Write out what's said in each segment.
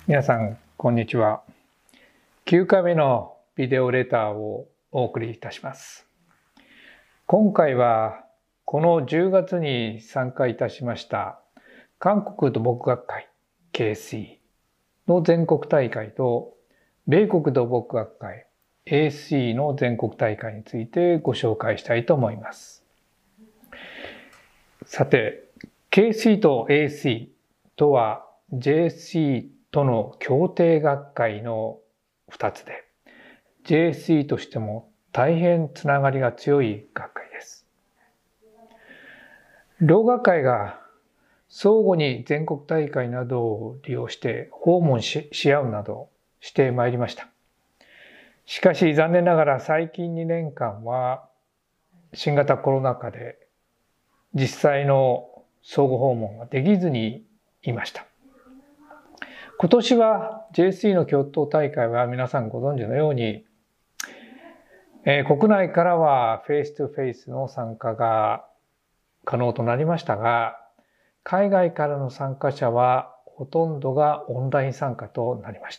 皆さんこんにちは。9回目のビデオレターをお送りいたします。今回はこの10月に参加いたしました韓国土木学会 KC の全国大会と米国土木学会 AC の全国大会についてご紹介したいと思います。さて、KC と AC とは JC との協定学会の2つで、JC としても大変つながりが強い学会です。両学会が相互に全国大会などを利用して訪問 し合うなどしてまいりました。しかし残念ながら最近2年間は新型コロナ禍で実際の相互訪問ができずにいました。今年は JC の共闘大会は皆さんご存知のように、国内からはフェイストゥフェイスの参加が可能となりましたが、海外からの参加者はほとんどがオンライン参加となりました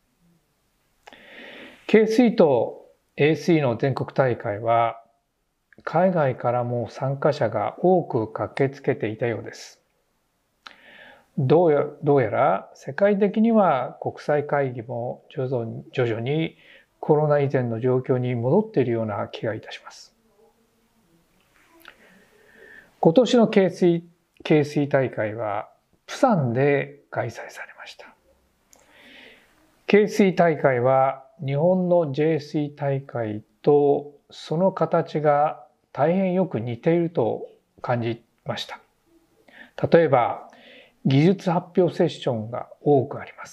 。KC と AC の全国大会は海外からも参加者が多く駆けつけていたようです。どうやら世界的には国際会議も徐々にコロナ以前の状況に戻っているような気がいたします。今年のKC大会はプサンで開催されました。KC大会は日本の JC 大会とその形が大変よく似ていると感じました。例えば技術発表セッションが多くあります。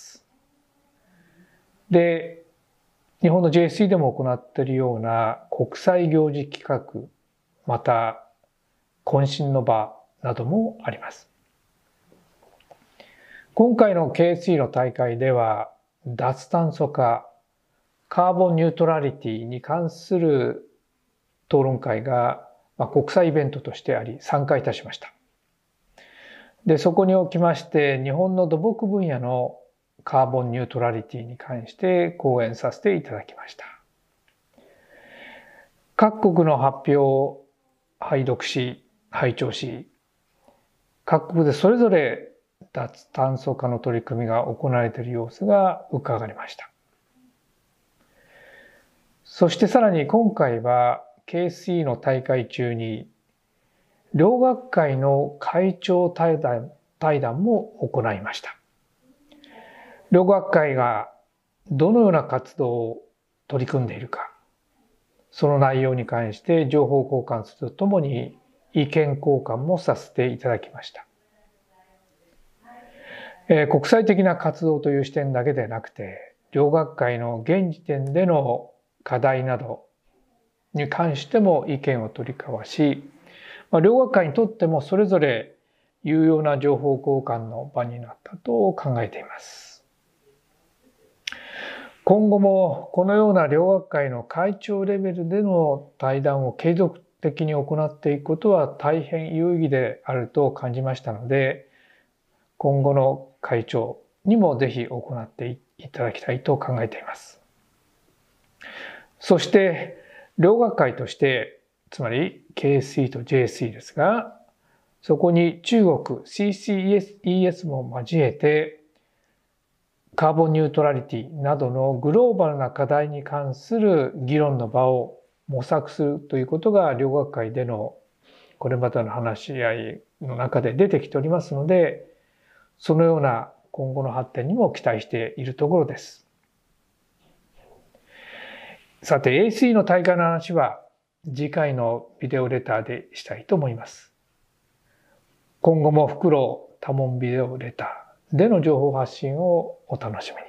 で、日本の JC でも行っているような国際行事企画、また懇親の場などもあります。今回の KC の大会では脱炭素化、カーボンニュートラリティに関する討論会が国際イベントとしてあり参加いたしました。で、そこにおきまして日本の土木分野のカーボンニュートラリティに関して講演させていただきました。各国の発表を拝読し、拝聴し、各国でそれぞれ脱炭素化の取り組みが行われている様子が伺われました。そしてさらに今回は KC の大会中に両学会の会長対談も行いました。両学会がどのような活動を取り組んでいるか、その内容に関して情報交換するとともに意見交換もさせていただきました。国際的な活動という視点だけでなくて、両学会の現時点での課題などに関しても意見を取り交わし、両学会にとってもそれぞれ有用な情報交換の場になったと考えています。今後もこのような両学会の会長レベルでの対談を継続的に行っていくことは大変有意義であると感じましたので、今後の会長にもぜひ行っていただきたいと考えています。そして両学会としてつまり KC と JC ですが、そこに中国 CCES も交えてカーボンニュートラリティなどのグローバルな課題に関する議論の場を模索するということが両学会でのこれまでの話し合いの中で出てきておりますので、そのような今後の発展にも期待しているところです。さて AC の大会の話は次回のビデオレターでしたいと思います。今後もフクロウ多聞ビデオレターでの情報発信をお楽しみに。